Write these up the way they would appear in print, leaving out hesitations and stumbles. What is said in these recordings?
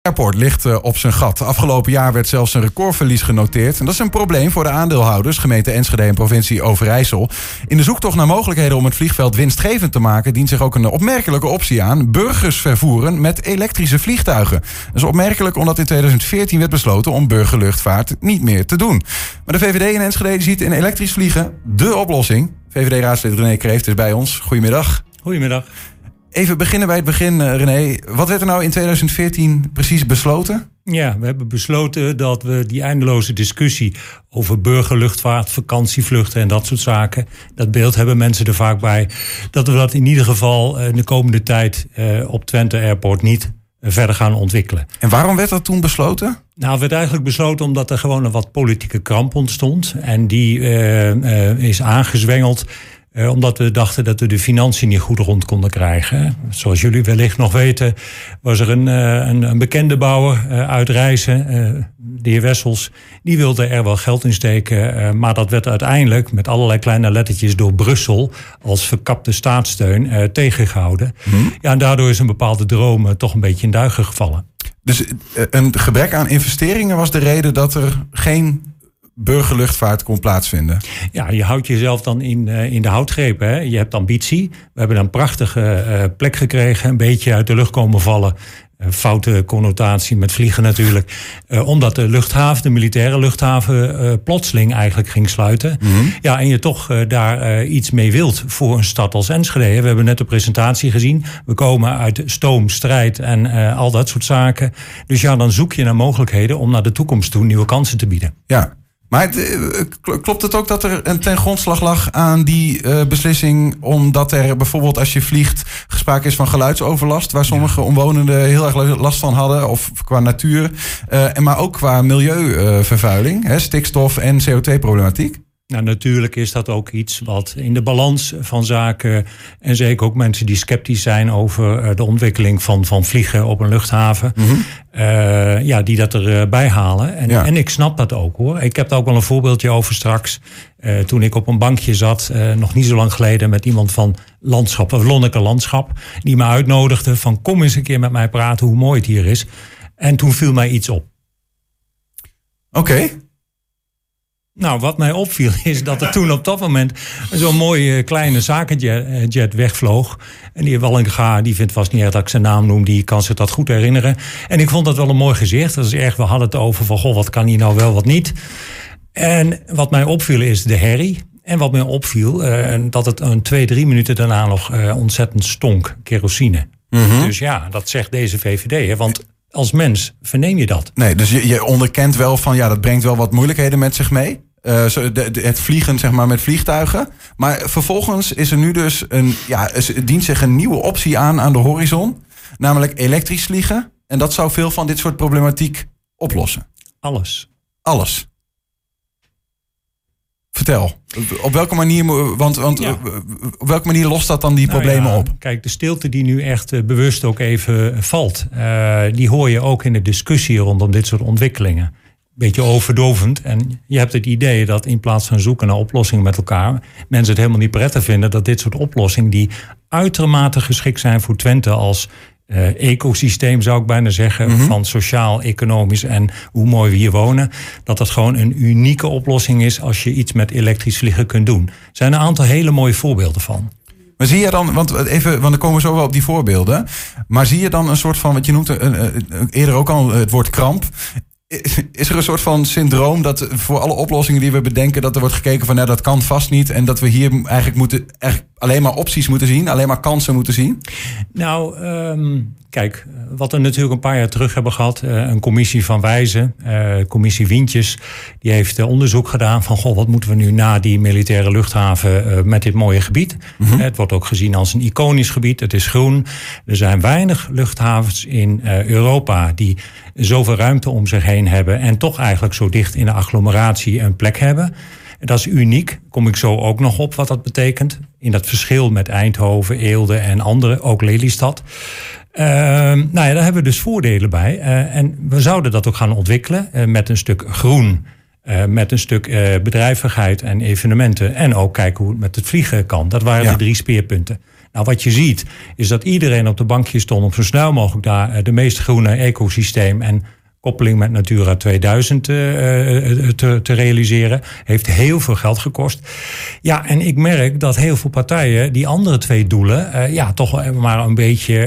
Airport ligt op zijn gat. Afgelopen jaar werd zelfs een recordverlies genoteerd. En dat is een probleem voor de aandeelhouders, gemeente Enschede en provincie Overijssel. In de zoektocht naar mogelijkheden om het vliegveld winstgevend te maken, dient zich ook een opmerkelijke optie aan: burgers vervoeren met elektrische vliegtuigen. Dat is opmerkelijk omdat in 2014 werd besloten om burgerluchtvaart niet meer te doen. Maar de VVD in Enschede ziet in elektrisch vliegen dé oplossing. VVD-raadslid René Kreeft is bij ons. Goedemiddag. Goedemiddag. Even beginnen bij het begin, René. Wat werd er nou in 2014 precies besloten? Ja, we hebben besloten dat we die eindeloze discussie over burgerluchtvaart, vakantievluchten en dat soort zaken, dat beeld hebben mensen er vaak bij, dat we dat in ieder geval in de komende tijd op Twente Airport niet verder gaan ontwikkelen. En waarom werd dat toen besloten? Nou, het werd eigenlijk besloten omdat er gewoon een wat politieke kramp ontstond. En die is aangezwengeld omdat we dachten dat we de financiën niet goed rond konden krijgen. Zoals jullie wellicht nog weten, was er een bekende bouwer uit Rijssen, de heer Wessels. Die wilde er wel geld in steken, maar dat werd uiteindelijk met allerlei kleine lettertjes door Brussel als verkapte staatssteun tegengehouden. Ja, en daardoor is een bepaalde droom toch een beetje in duigen gevallen. Dus een gebrek aan investeringen was de reden dat er geen burgerluchtvaart kon plaatsvinden? Ja, je houdt jezelf dan in de houtgreep. Hè? Je hebt ambitie. We hebben een prachtige plek gekregen. Een beetje uit de lucht komen vallen. Foute connotatie met vliegen natuurlijk. Omdat de luchthaven, de militaire luchthaven, plotseling eigenlijk ging sluiten. Ja, en je toch daar iets mee wilt voor een stad als Enschede. We hebben net de presentatie gezien. We komen uit stoom, strijd en al dat soort zaken. Dus ja, dan zoek je naar mogelijkheden om naar de toekomst toe nieuwe kansen te bieden. Ja. Maar klopt het ook dat er een ten grondslag lag aan die beslissing, omdat er bijvoorbeeld als je vliegt sprake is van geluidsoverlast, waar sommige omwonenden heel erg last van hadden, of qua natuur, maar ook qua milieuvervuiling, stikstof en CO2-problematiek? Nou, natuurlijk is dat ook iets wat in de balans van zaken, en zeker ook mensen die sceptisch zijn over de ontwikkeling van vliegen op een luchthaven, die dat erbij halen. En ik snap dat ook, hoor. Ik heb daar ook wel een voorbeeldje over straks. Toen ik op een bankje zat, nog niet zo lang geleden, met iemand van Lonneke Landschap, die me uitnodigde van kom eens een keer met mij praten hoe mooi het hier is. En toen viel mij iets op. Oké. Nou, wat mij opviel is dat er toen op dat moment zo'n mooie kleine zakenjet wegvloog. En die Wallinga, die vindt vast niet echt dat ik zijn naam noem, die kan zich dat goed herinneren. En ik vond dat wel een mooi gezicht. Dat is erg, we hadden het over van, goh, wat kan hier nou wel, wat niet. En wat mij opviel is de herrie. En wat mij opviel, dat het 2-3 minuten daarna nog ontzettend stonk, kerosine. Dus ja, dat zegt deze VVD, hè, want als mens verneem je dat. Nee, dus je onderkent wel van, ja, dat brengt wel wat moeilijkheden met zich mee. Het vliegen, zeg maar, met vliegtuigen. Maar vervolgens is er nu dus dient zich een nieuwe optie aan de horizon. Namelijk elektrisch vliegen. En dat zou veel van dit soort problematiek oplossen. Alles. Vertel, op welke manier, op welke manier lost dat dan die problemen op? Kijk, de stilte die nu echt bewust ook even valt, die hoor je ook in de discussie rondom dit soort ontwikkelingen. Beetje overdovend. En je hebt het idee dat in plaats van zoeken naar oplossingen met elkaar, mensen het helemaal niet prettig vinden dat dit soort oplossingen, die uitermate geschikt zijn voor Twente als ecosysteem, zou ik bijna zeggen, van sociaal, economisch en hoe mooi we hier wonen, dat dat gewoon een unieke oplossing is als je iets met elektrisch vliegen kunt doen. Er zijn een aantal hele mooie voorbeelden van. Maar zie je dan, want dan komen we zo wel op die voorbeelden, maar zie je dan een soort van, wat je noemt eerder ook al het woord kramp, is er een soort van syndroom dat voor alle oplossingen die we bedenken, dat er wordt gekeken van, dat kan vast niet, en dat we hier eigenlijk alleen maar opties moeten zien, alleen maar kansen moeten zien? Nou, kijk, wat we natuurlijk een paar jaar terug hebben gehad, een commissie van Wijzen, commissie Wientjes, die heeft onderzoek gedaan van, goh, wat moeten we nu na die militaire luchthaven met dit mooie gebied? Het wordt ook gezien als een iconisch gebied, het is groen. Er zijn weinig luchthavens in Europa die zoveel ruimte om zich heen hebben en toch eigenlijk zo dicht in de agglomeratie een plek hebben. Dat is uniek, kom ik zo ook nog op wat dat betekent. In dat verschil met Eindhoven, Eelde en andere, ook Lelystad. Daar hebben we dus voordelen bij. En we zouden dat ook gaan ontwikkelen met een stuk groen, met een stuk bedrijvigheid en evenementen. En ook kijken hoe het met het vliegen kan. Dat waren de 3 speerpunten. Nou, wat je ziet is dat iedereen op de bankje stond om zo snel mogelijk daar de meest groene ecosysteem en koppeling met Natura 2000 te realiseren. Heeft heel veel geld gekost. Ja, en ik merk dat heel veel partijen die andere 2 doelen toch maar een beetje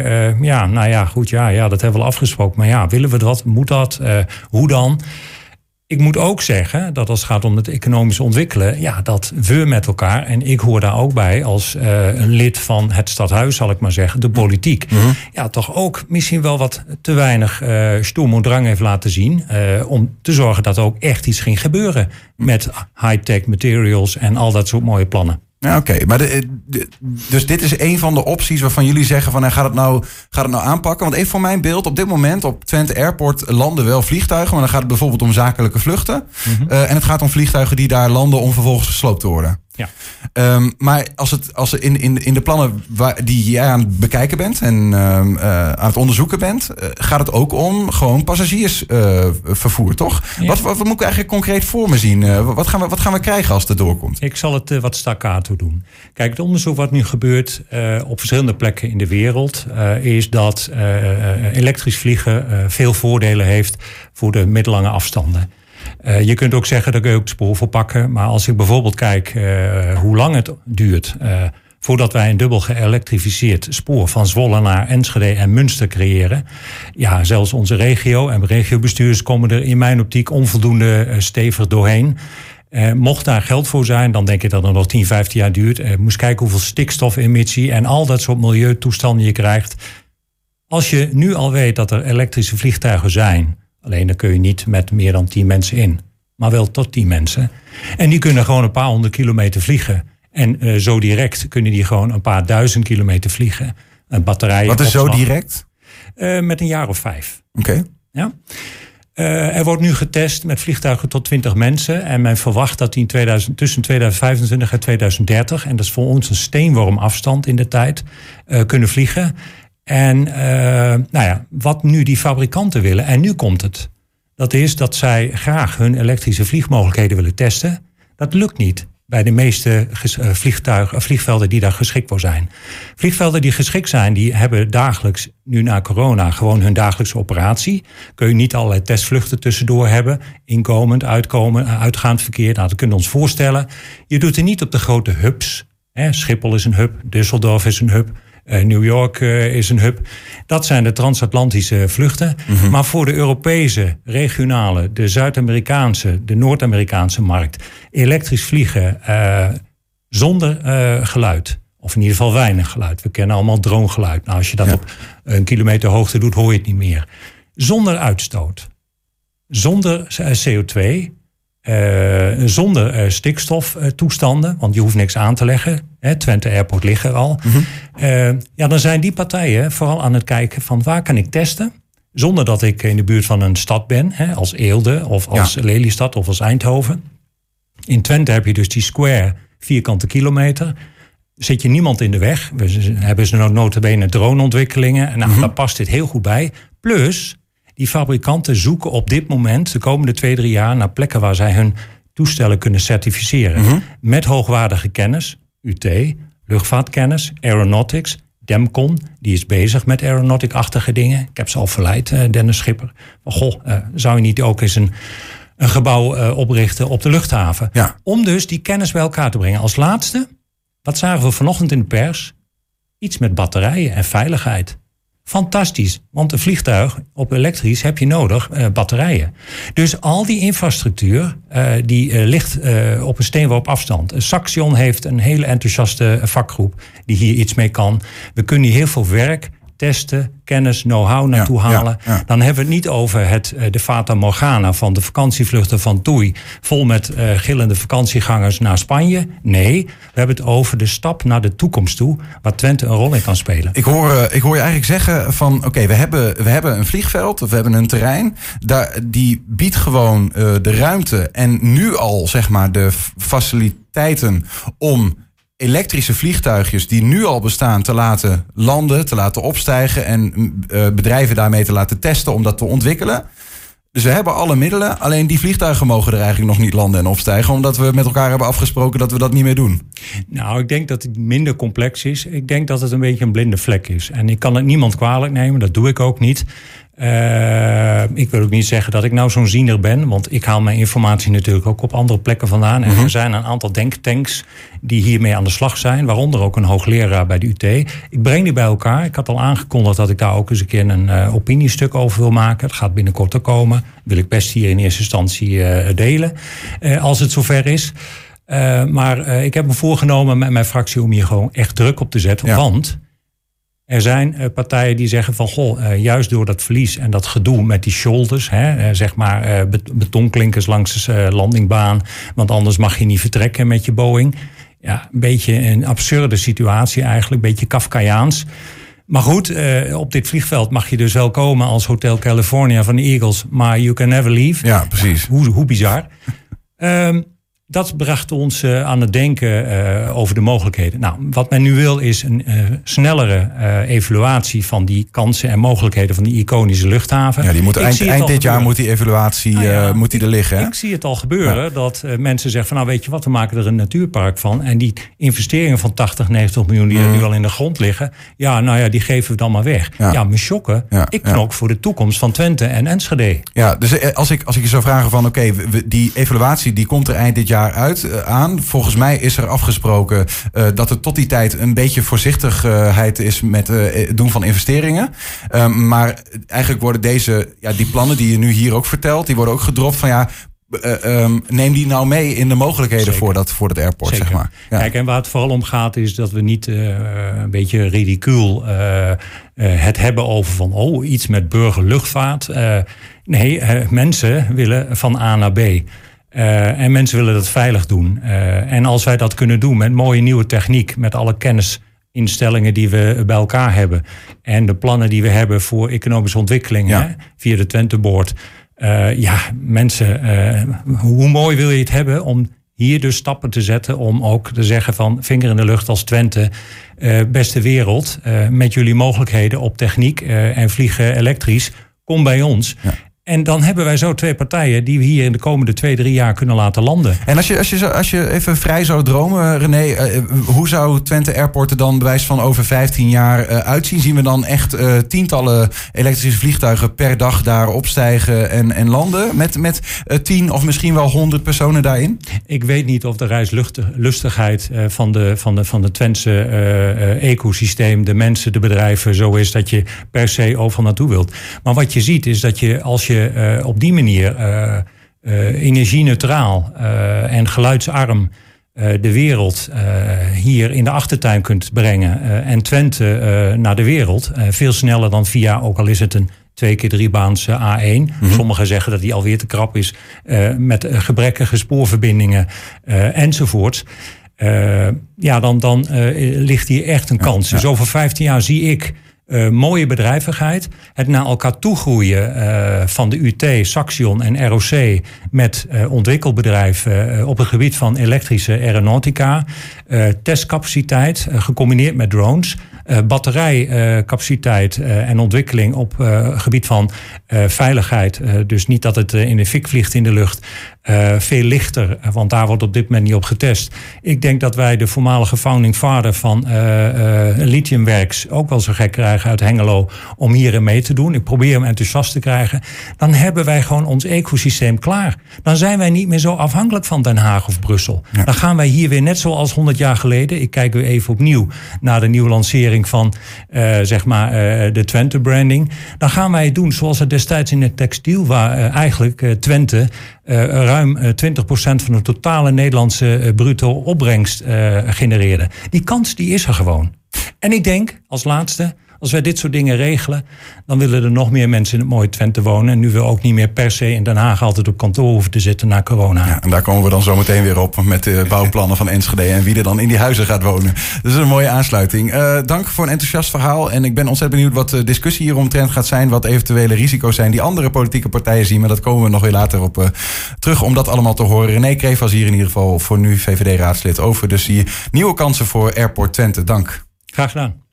dat hebben we al afgesproken. Maar ja, willen we dat? Moet dat? Hoe dan? Ik moet ook zeggen dat als het gaat om het economisch ontwikkelen, dat we met elkaar, en ik hoor daar ook bij als een lid van het stadhuis, zal ik maar zeggen, de politiek, toch ook misschien wel wat te weinig stoem en drang heeft laten zien om te zorgen dat er ook echt iets ging gebeuren met high-tech materials en al dat soort mooie plannen. Ja, oké. Maar dus dit is een van de opties waarvan jullie zeggen van gaat het nou aanpakken? Want even voor mijn beeld, op dit moment op Twente Airport landen wel vliegtuigen, maar dan gaat het bijvoorbeeld om zakelijke vluchten. En het gaat om vliegtuigen die daar landen om vervolgens gesloopt te worden. Ja. Maar als in de plannen die jij aan het bekijken bent en aan het onderzoeken bent, gaat het ook om gewoon passagiersvervoer, toch? Ja. Wat moet ik eigenlijk concreet voor me zien? Wat gaan we krijgen als het doorkomt? Ik zal het wat staccato doen. Kijk, het onderzoek wat nu gebeurt op verschillende plekken in de wereld is dat elektrisch vliegen veel voordelen heeft voor de middellange afstanden. Je kunt ook zeggen, daar kun je ook het spoor voor pakken. Maar als ik bijvoorbeeld kijk hoe lang het duurt voordat wij een dubbel geëlektrificeerd spoor van Zwolle naar Enschede en Münster creëren. Ja, zelfs onze regio en regiobestuurders komen er in mijn optiek onvoldoende stevig doorheen. Mocht daar geld voor zijn, dan denk ik dat het nog 10, 15 jaar duurt. Moest kijken hoeveel stikstofelmissie en al dat soort milieutoestanden je krijgt. Als je nu al weet dat er elektrische vliegtuigen zijn, alleen dan kun je niet met meer dan 10 mensen in. Maar wel tot 10 mensen. En die kunnen gewoon een paar 100 kilometer vliegen. En zo direct kunnen die gewoon een paar 1000 kilometer vliegen. Een batterij. Wat is zo direct? Met een jaar of 5. Oké. Ja? Er wordt nu getest met vliegtuigen tot 20 mensen. En men verwacht dat die tussen 2025 en 2030... en dat is voor ons een steenworm afstand in de tijd, kunnen vliegen. En wat nu die fabrikanten willen, en nu komt het. Dat is dat zij graag hun elektrische vliegmogelijkheden willen testen. Dat lukt niet bij de meeste vliegvelden die daar geschikt voor zijn. Vliegvelden die geschikt zijn, die hebben dagelijks, nu na corona, gewoon hun dagelijkse operatie. Kun je niet allerlei testvluchten tussendoor hebben. Inkomend, uitgaand verkeer. Nou, dat kunnen we ons voorstellen. Je doet het niet op de grote hubs. Schiphol is een hub, Düsseldorf is een hub. New York is een hub. Dat zijn de transatlantische vluchten. Mm-hmm. Maar voor de Europese, regionale, de Zuid-Amerikaanse, de Noord-Amerikaanse markt, elektrisch vliegen zonder geluid. Of in ieder geval weinig geluid. We kennen allemaal dronegeluid. Nou, als je dat op een kilometer hoogte doet, hoor je het niet meer. Zonder uitstoot. Zonder CO2. Zonder stikstoftoestanden, want je hoeft niks aan te leggen. Twente Airport ligt er al. Mm-hmm. Dan zijn die partijen vooral aan het kijken van waar kan ik testen, zonder dat ik in de buurt van een stad ben, als Eelde of als Lelystad of als Eindhoven. In Twente heb je dus die square vierkante kilometer. Zit je niemand in de weg. Hebben ze nota bene droneontwikkelingen. En daar past dit heel goed bij. Plus, die fabrikanten zoeken op dit moment, de komende 2-3 jaar, naar plekken waar zij hun toestellen kunnen certificeren. Mm-hmm. Met hoogwaardige kennis, UT, luchtvaartkennis, aeronautics, Demcon, die is bezig met aeronautic-achtige dingen. Ik heb ze al verleid, Dennis Schipper. Zou je niet ook eens een gebouw oprichten op de luchthaven? Ja. Om dus die kennis bij elkaar te brengen. Als laatste, wat zagen we vanochtend in de pers? Iets met batterijen en veiligheid. Fantastisch, want een vliegtuig op elektrisch heb je nodig batterijen. Dus al die infrastructuur die ligt op een steenworp afstand. Saxion heeft een hele enthousiaste vakgroep die hier iets mee kan. We kunnen hier heel veel werk, testen, kennis, know-how naartoe halen. Ja. Dan hebben we het niet over de Fata Morgana van de vakantievluchten van TUI, vol met gillende vakantiegangers naar Spanje. Nee, we hebben het over de stap naar de toekomst toe, waar Twente een rol in kan spelen. Ik hoor je eigenlijk zeggen van oké, we hebben een vliegveld, of we hebben een terrein, die biedt gewoon de ruimte en nu al zeg maar de faciliteiten om elektrische vliegtuigjes die nu al bestaan te laten landen, te laten opstijgen en bedrijven daarmee te laten testen om dat te ontwikkelen. Dus we hebben alle middelen, alleen die vliegtuigen mogen er eigenlijk nog niet landen en opstijgen, omdat we met elkaar hebben afgesproken dat we dat niet meer doen. Nou, ik denk dat het minder complex is. Ik denk dat het een beetje een blinde vlek is. En ik kan het niemand kwalijk nemen, dat doe ik ook niet. Ik wil ook niet zeggen dat ik nou zo'n ziener ben, want ik haal mijn informatie natuurlijk ook op andere plekken vandaan. En er zijn een aantal denktanks die hiermee aan de slag zijn, waaronder ook een hoogleraar bij de UT. Ik breng die bij elkaar. Ik had al aangekondigd dat ik daar ook eens een keer een opiniestuk over wil maken. Het gaat binnenkort er komen. Dat wil ik best hier in eerste instantie delen, als het zover is. Maar ik heb me voorgenomen met mijn fractie om hier gewoon echt druk op te zetten, want er zijn partijen die zeggen van juist door dat verlies en dat gedoe met die shoulders, zeg maar betonklinkers langs de landingbaan, want anders mag je niet vertrekken met je Boeing. Ja, een beetje een absurde situatie eigenlijk, een beetje Kafkaiaans. Maar goed, op dit vliegveld mag je dus wel komen als Hotel California van de Eagles, maar you can never leave. Ja, precies. Hoe bizar. Dat bracht ons aan het denken over de mogelijkheden. Nou, wat men nu wil is een snellere evaluatie van die kansen en mogelijkheden van die iconische luchthaven. Ja, die moet eind dit jaar moet die evaluatie moet die er liggen. Hè? Ik zie het al gebeuren dat mensen zeggen van nou weet je wat, we maken er een natuurpark van. En die investeringen van 80, 90 miljoen die er nu al in de grond liggen, die geven we dan maar weg. Ja, me shocken. Ik knok voor de toekomst van Twente en Enschede. Ja, dus als ik je zou vragen van die evaluatie die komt er eind dit jaar aan. Volgens mij is er afgesproken dat er tot die tijd een beetje voorzichtigheid is met het doen van investeringen. Maar eigenlijk worden die plannen die je nu hier ook vertelt, die worden ook gedropt van neem die nou mee in de mogelijkheden voor dat airport. Zeker. Zeg maar. Ja. Kijk, en waar het vooral om gaat is dat we niet een beetje ridicuul het hebben over van iets met burgerluchtvaart. Nee, mensen willen van A naar B. En mensen willen dat veilig doen. En als wij dat kunnen doen met mooie nieuwe techniek, met alle kennisinstellingen die we bij elkaar hebben en de plannen die we hebben voor economische ontwikkeling via de Twente Board. Mensen, hoe mooi wil je het hebben om hier dus stappen te zetten om ook te zeggen van vinger in de lucht als Twente, beste wereld, met jullie mogelijkheden op techniek en vliegen elektrisch, kom bij ons. Ja. En dan hebben wij zo 2 partijen die we hier in de komende 2-3 jaar kunnen laten landen. En als je even vrij zou dromen, René, hoe zou Twente Airport er dan bewijs van over 15 jaar uitzien? Zien we dan echt tientallen elektrische vliegtuigen per dag daar opstijgen en landen met 10 of misschien wel 100 personen daarin? Ik weet niet of de reislustigheid van de Twentse ecosysteem, de mensen, de bedrijven zo is dat je per se overal naartoe wilt. Maar wat je ziet is dat je als je op die manier energie-neutraal en geluidsarm de wereld hier in de achtertuin kunt brengen en Twente naar de wereld, veel sneller dan via, ook al is het een 2x3 baans A1. Sommigen zeggen dat die alweer te krap is met gebrekkige spoorverbindingen enzovoorts. Dan ligt hier echt een kans. Dus over 15 jaar zie ik mooie bedrijvigheid, het naar elkaar toegroeien van de UT, Saxion en ROC met ontwikkelbedrijven op het gebied van elektrische aeronautica, testcapaciteit gecombineerd met drones, batterijcapaciteit en ontwikkeling op gebied van veiligheid. Dus niet dat het in de fik vliegt in de lucht. Veel lichter, want daar wordt op dit moment niet op getest. Ik denk dat wij de voormalige founding father van Lithiumwerks ook wel zo gek krijgen uit Hengelo om hierin mee te doen. Ik probeer hem enthousiast te krijgen. Dan hebben wij gewoon ons ecosysteem klaar. Dan zijn wij niet meer zo afhankelijk van Den Haag of Brussel. Ja. Dan gaan wij hier weer net zoals 100 jaar geleden. Ik kijk weer even opnieuw naar de nieuwe lancering van de Twente branding. Dan gaan wij het doen zoals het destijds in het textiel, waar eigenlijk Twente ruim 20% van de totale Nederlandse bruto opbrengst genereerde. Die kans die is er gewoon. En ik denk, als laatste, als wij dit soort dingen regelen, dan willen er nog meer mensen in het mooie Twente wonen. En nu we ook niet meer per se in Den Haag altijd op kantoor hoeven te zitten na corona. Ja, en daar komen we dan zo meteen weer op met de bouwplannen van Enschede en wie er dan in die huizen gaat wonen. Dat is een mooie aansluiting. Dank voor een enthousiast verhaal. En ik ben ontzettend benieuwd wat de discussie hieromtrent gaat zijn. Wat eventuele risico's zijn die andere politieke partijen zien. Maar dat komen we nog weer later op terug om dat allemaal te horen. René Kreef was hier in ieder geval voor nu VVD-raadslid over. Dus die nieuwe kansen voor Airport Twente. Dank. Graag gedaan.